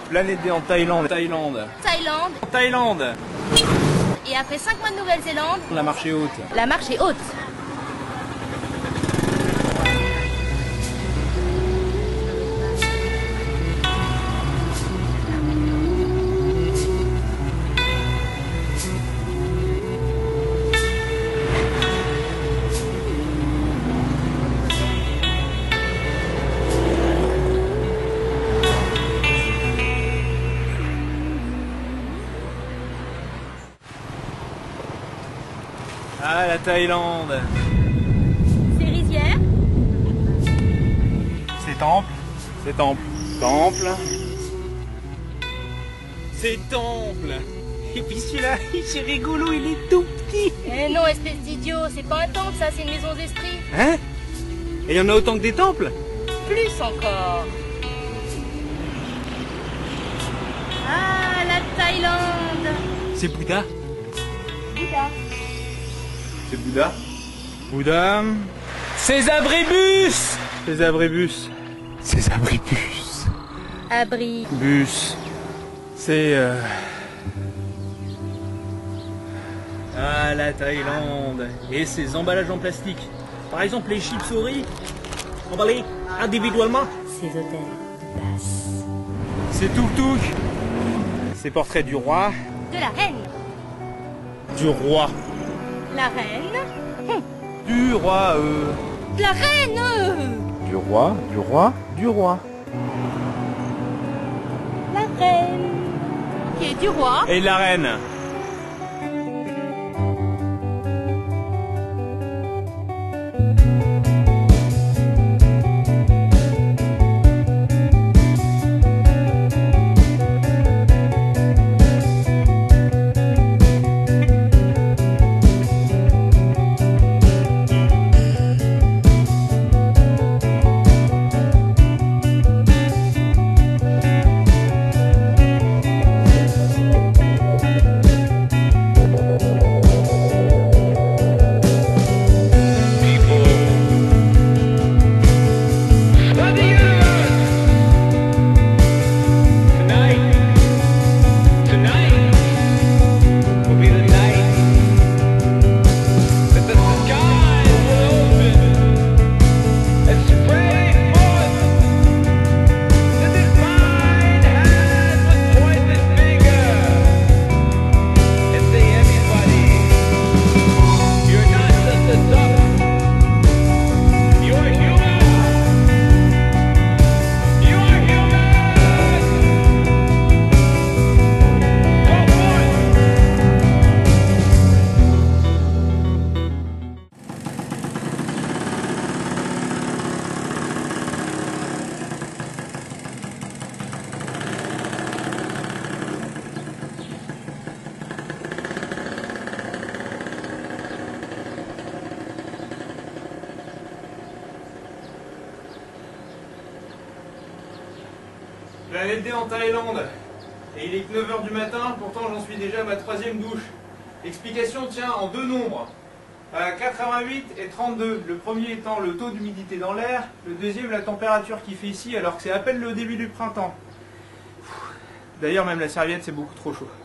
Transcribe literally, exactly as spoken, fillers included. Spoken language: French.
Planète D en Thaïlande. Thaïlande. Thaïlande. Thaïlande. Et après cinq mois de Nouvelle-Zélande, La marche est haute. la marche est haute. Ah, la Thaïlande. C'est rizière. C'est temple. C'est temple. Temple. C'est temple. Et puis celui-là, c'est rigolo, il est tout petit. Eh non, espèce d'idiot, c'est pas un temple ça, c'est une maison d'esprit. Hein? Et il y en a autant que des temples? Plus encore. Ah, la Thaïlande. C'est Bouddha. Bouddha. C'est Bouddha. Bouddha. C'est abribus. C'est abribus. C'est abribus. Abri. Bus. C'est... Euh... Ah, la Thaïlande. Et ses emballages en plastique. Par exemple, les chips au riz, emballés individuellement. Ces hôtels de passe. C'est tuk-tuk. Ces portraits du roi. De la reine. Du roi. La reine. Hum. Du roi, euh... De la reine. Du roi, du roi, du roi. La reine. Qui est du roi. Et de la reine. Planète D en Thaïlande. Et il est que neuf heures du matin, pourtant j'en suis déjà à ma troisième douche. Explication tient en deux nombres. À quatre-vingt-huit et trente-deux. Le premier étant le taux d'humidité dans l'air, le deuxième la température qu'il fait ici alors que c'est à peine le début du printemps. D'ailleurs même la serviette c'est beaucoup trop chaud.